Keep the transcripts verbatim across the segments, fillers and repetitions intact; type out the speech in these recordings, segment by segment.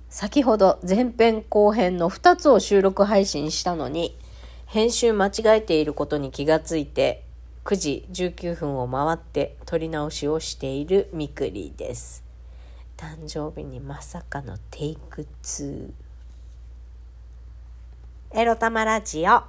先ほど前編後編のふたつを収録配信したのに、編集間違えていることに気がついて、くじじゅうきゅうふんを回って撮り直しをしているみくりです。誕生日にまさかのテイクツー。エロ玉ラジオ。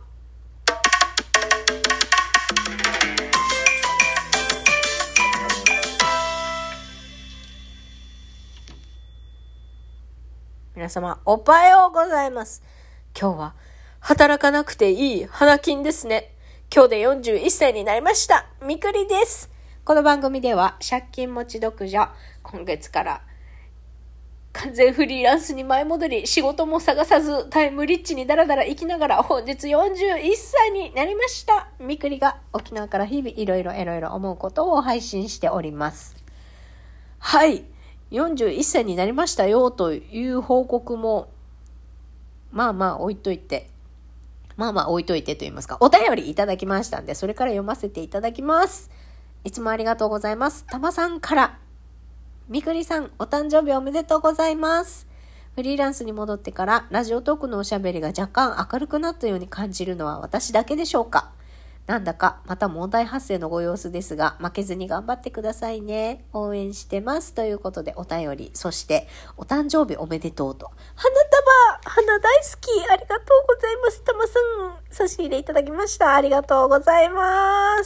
皆様おはようございます。今日は働かなくていい花金ですね。今日でよんじゅういっさいになりましたみくりです。この番組では借金持ち独女、今月から完全フリーランスに舞い戻り、仕事も探さずタイムリッチにダラダラ生きながら本日よんじゅういっさいになりましたみくりが沖縄から日々いろいろいろいろ思うことを配信しております。はい、よんじゅういっさいになりましたよという報告もまあまあ置いといてまあまあ置いといてと言いますか、お便りいただきましたんで、それから読ませていただきます。いつもありがとうございます。たまさんから、みくりさんお誕生日おめでとうございます。フリーランスに戻ってからラジオトークのおしゃべりが若干明るくなったように感じるのは私だけでしょうか。なんだかまた問題発生のご様子ですが、負けずに頑張ってくださいね。応援してますということでお便り、そしてお誕生日おめでとうと、花束、花大好き、ありがとうございます。たまさん差し入れいただきました。ありがとうございます。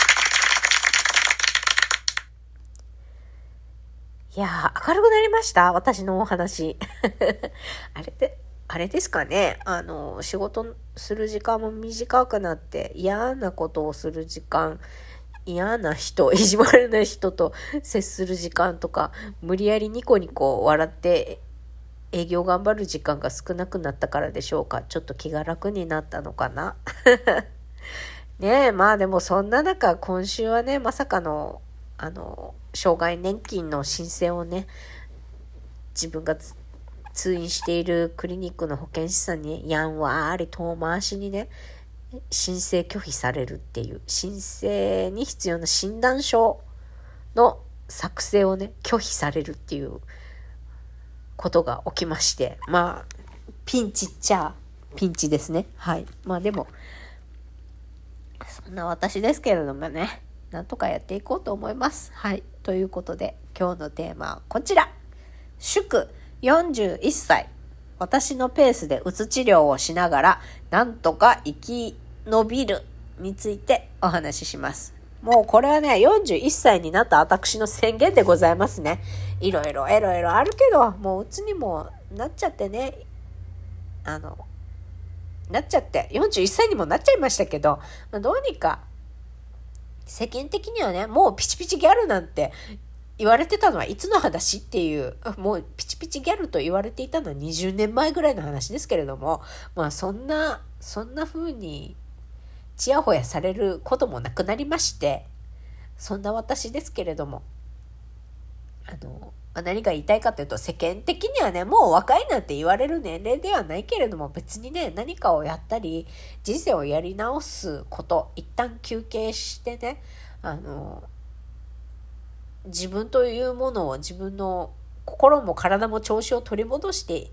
いやー、明るくなりました、私のお話。あれであれですかね、あの仕事する時間も短くなって、嫌なことをする時間、嫌な人、意地悪な人と接する時間とか、無理やりニコニコ笑って営業頑張る時間が少なくなったからでしょうか。ちょっと気が楽になったのかな。ねえ、まあでもそんな中、今週はね、まさかのあの障害年金の申請をね、自分が通院しているクリニックの保健師さんにやんわーり遠回しにね、申請拒否されるっていう、申請に必要な診断書の作成をね拒否されるっていうことが起きまして、まあピンチっちゃピンチですね。はい、まあでもそんな私ですけれどもね、なんとかやっていこうと思います。はい、ということで今日のテーマはこちら。祝よんじゅういっさい、私のペースでうつ治療をしながらなんとか生き延びるについてお話しします。もうこれはね、よんじゅういっさいになった私の宣言でございますね。いろいろいろいろあるけど、もううつにもなっちゃってね、あのなっちゃってよんじゅういっさいにもなっちゃいましたけど、まあ、どうにか世間的にはね、もうピチピチギャルなんて言われてたのはいつの話っていう、もうピチピチギャルと言われていたのはにじゅうねんまえぐらいの話ですけれども、まあそんなそんな風にちやほやされることもなくなりまして、そんな私ですけれども、あの何が言いたいかというと、世間的にはね、もう若いなんて言われる年齢ではないけれども、別にね、何かをやったり人生をやり直すこと、一旦休憩してね、あの自分というものを、自分の心も体も調子を取り戻して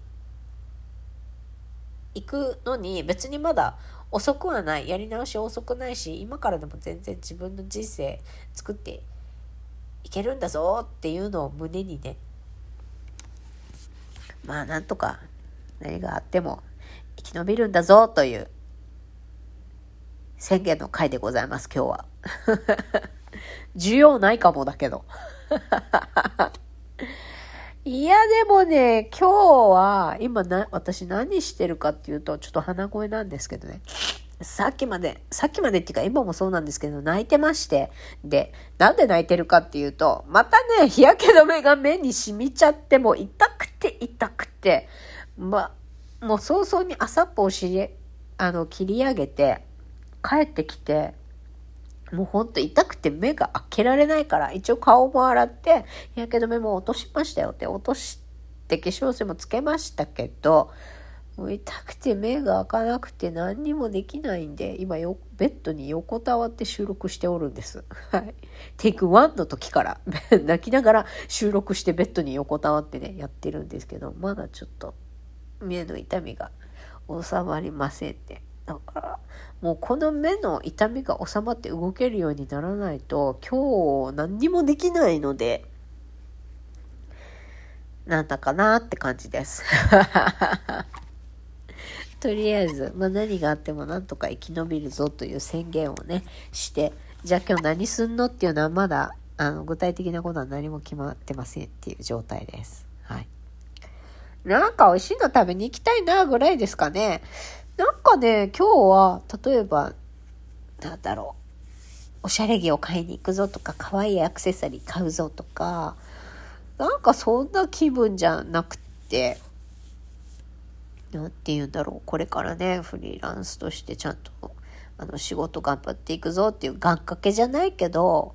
いくのに別にまだ遅くはない。やり直し遅くないし、今からでも全然自分の人生作っていけるんだぞっていうのを胸にね、まあなんとか何があっても生き延びるんだぞという宣言の回でございます。今日は需要ないかもだけどいやでもね、今日は今な私何してるかっていうと、ちょっと鼻声なんですけどね、さっきまでさっきまでっていうか今もそうなんですけど、泣いてまして、でなんで泣いてるかっていうと、またね日焼け止めが目に染みちゃって、もう痛くて痛くて、まもう早々に朝っぽをしりあの切り上げて帰ってきて、もうほんと痛くて目が開けられないから、一応顔も洗って日焼け止めも落としましたよって、落として化粧水もつけましたけど、 もう痛くて目が開かなくて何にもできないんで、今よベッドに横たわって収録しておるんです。はい。テイクワンの時から泣きながら収録してベッドに横たわってね、やってるんですけど、まだちょっと目の痛みが収まりませんね。だからもうこの目の痛みが収まって動けるようにならないと今日何にもできないので、なんだかなって感じです。とりあえず、まあ、何があってもなんとか生き延びるぞという宣言をねして、じゃあ今日何すんのっていうのはまだあの具体的なことは何も決まってませんっていう状態です。はい。なんか美味しいの食べに行きたいなぐらいですかね。なんかね、今日は例えばなんだろう、おしゃれ着を買いに行くぞとか、可愛いアクセサリー買うぞとか、なんかそんな気分じゃなくて、なんて言うんだろう、これからねフリーランスとしてちゃんとあの仕事頑張っていくぞっていう願掛けじゃないけど、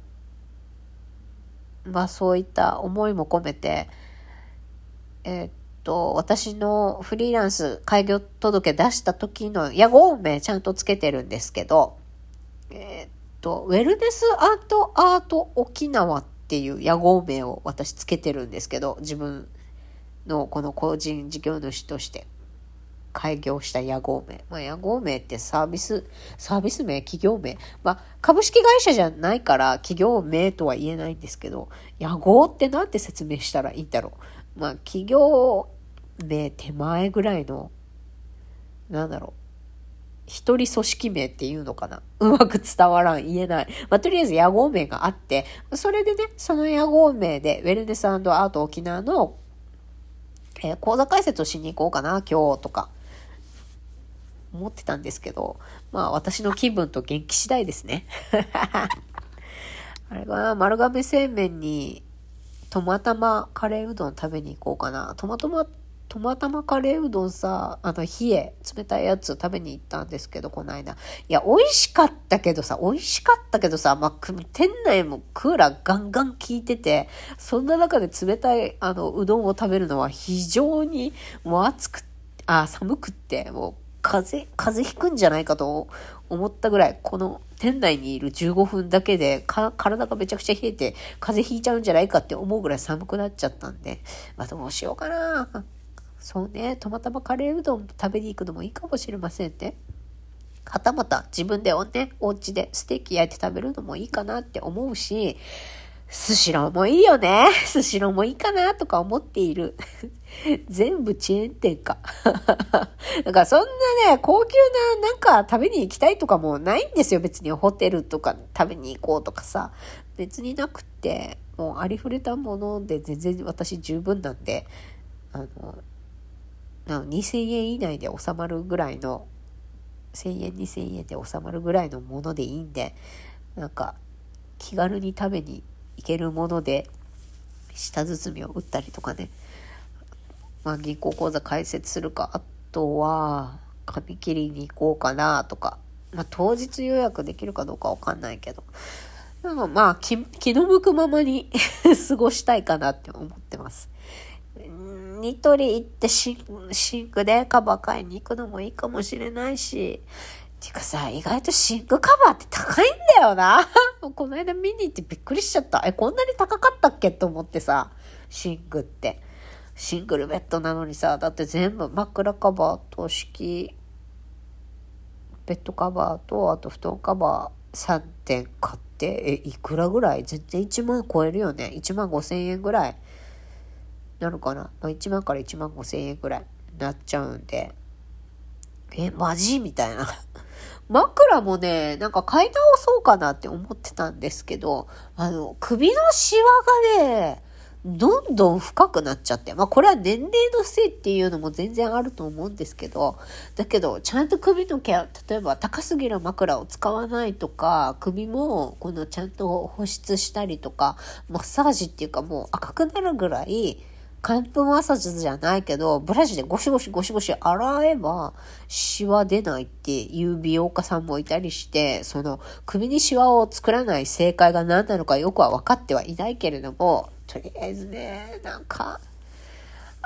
まあそういった思いも込めて、えー、っと私のフリーランス開業届出した時の屋号名ちゃんとつけてるんですけど、えー、っとウェルネスアート沖縄っていう屋号名を私つけてるんですけど、自分のこの個人事業主として開業した屋号名。まあ、屋号名ってサービス、サービス名、企業名。まあ、株式会社じゃないから企業名とは言えないんですけど、屋号ってなんて説明したらいいんだろう。まあ、企業名手前ぐらいの、なんだろう。一人組織名っていうのかな。うまく伝わらん、言えない。まあ、とりあえず屋号名があって、それでね、その屋号名で、ウェルネスアート沖縄の、えー、講座解説をしに行こうかな、今日とか。思ってたんですけど、まあ私の気分と元気次第ですね。あれかな、丸亀製麺にトマタマカレーうどん食べに行こうかな。トマトマ、トマタマカレーうどんさ、あの冷え、冷たいやつ食べに行ったんですけど、この間。いや、美味しかったけどさ、美味しかったけどさ、まあ、店内もクーラーガンガン効いてて、そんな中で冷たいあのうどんを食べるのは非常にもう暑く、あ、寒くって、もう、風邪、風邪ひくんじゃないかと思ったぐらい、この店内にいるじゅうごふんだけでか体がめちゃくちゃ冷えて風邪ひいちゃうんじゃないかって思うぐらい寒くなっちゃったんで、まあどうしようかな。そうね、たまたまカレーうどん食べに行くのもいいかもしれませんね。はたまた自分でね、お家でステーキ焼いて食べるのもいいかなって思うし、スシローもいいよね。スシローもいいかなとか思っている。全部チェーン店か。だからそんなね、高級ななんか食べに行きたいとかもないんですよ。別にホテルとか食べに行こうとかさ。別になくって、もうありふれたもので全然私十分なんで、あの、にせんえん以内で収まるぐらいの、せんえんにせんえんで収まるぐらいのものでいいんで、なんか気軽に食べにいけるもので舌包みを打ったりとかね、まあ銀行口座開設するか、あとは髪切りに行こうかなとか、まあ当日予約できるかどうかわかんないけど、でもまあ気、気の向くままに過ごしたいかなって思ってます。ニトリ行ってシン、シンクでカバー買いに行くのもいいかもしれないし、ていうかさ、意外とシンクカバーって高いんだよな。この間見に行ってびっくりしちゃった。え、こんなに高かったっけと思ってさ、シンクって。シングルベッドなのにさ、だって全部枕カバーと敷、ベッドカバーと、あと布団カバーさんてん買って、え、いくらぐらい？全然いちまん超えるよね。いちまんごせんえんぐらいなるかな。まあ、いちまんからいちまんごせんえんぐらいなっちゃうんで、え、マジみたいな。枕もね、なんか買い直そうかなって思ってたんですけど、あの、首のシワがね、どんどん深くなっちゃって。まあこれは年齢のせいっていうのも全然あると思うんですけど、だけどちゃんと首のケア、例えば高すぎる枕を使わないとか、首もこのちゃんと保湿したりとか、マッサージっていうかもう赤くなるぐらい、乾布マッサージじゃないけど、ブラシでゴシゴシゴシゴシ洗えばシワ出ないっていう美容家さんもいたりして、その首にシワを作らない正解が何なのかよくは分かってはいないけれども、とりあえずね、なんか、あ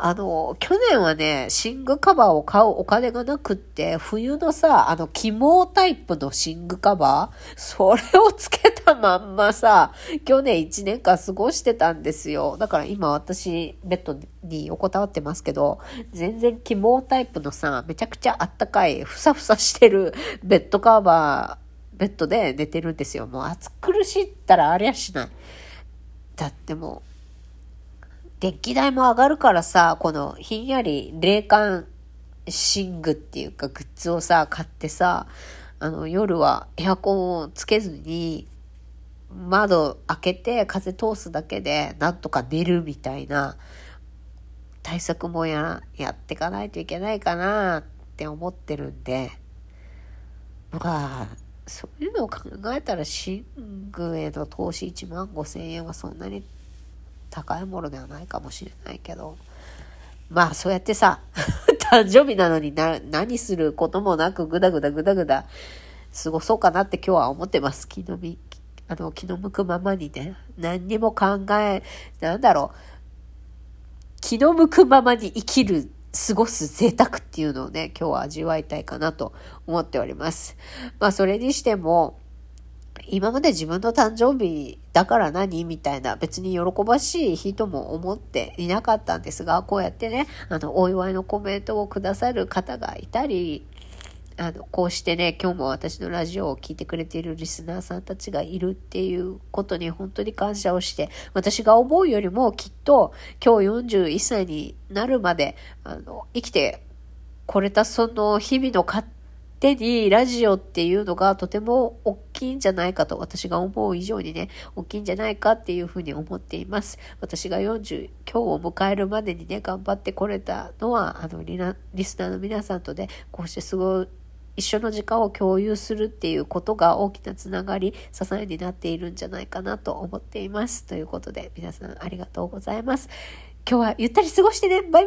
あの、去年はね、寝具カバーを買うお金がなくって、冬のさ、あの、起毛タイプの寝具カバー、それをつけたまんまさ、去年いちねんかん過ごしてたんですよ。だから今私、ベッドに横たわってますけど、全然起毛タイプのさ、めちゃくちゃあったかい、ふさふさしてるベッドカバー、ベッドで寝てるんですよ。もう暑苦しいったらありゃしない。だってもう、電気代も上がるからさ、このひんやり冷感寝具っていうかグッズをさ、買ってさ、あの夜はエアコンをつけずに窓開けて風通すだけでなんとか寝るみたいな対策もや、やっていかないといけないかなって思ってるんで、まあ、そういうのを考えたら寝具への投資いちまんごせんえんはそんなに高いものではないかもしれないけど、まあそうやってさ誕生日なのにな何することもなくぐだぐだぐだぐだ過ごそうかなって今日は思ってます。気のみあの気の向くままにね、何にも考えなんだろう気の向くままに生きる過ごす贅沢っていうのをね、今日は味わいたいかなと思っております。まあそれにしても今まで自分の誕生日だから何みたいな別に喜ばしい日とも思っていなかったんですが、こうやってね、あの、お祝いのコメントをくださる方がいたり、あの、こうしてね、今日も私のラジオを聞いてくれているリスナーさんたちがいるっていうことに本当に感謝をして、私が思うよりもきっと今日よんじゅういっさいになるまで、あの、生きてこれたその日々の糧にラジオっていうのがとても大きいんじゃないかと、私が思う以上にね大きいんじゃないかっていうふうに思っています。私がよんじゅう今日を迎えるまでにね頑張ってこれたのはあのリナリスナーの皆さんとねこうしてすごい一緒の時間を共有するっていうことが大きなつながり支えになっているんじゃないかなと思っています。ということで皆さんありがとうございます。今日はゆったり過ごしてね。バイバイ。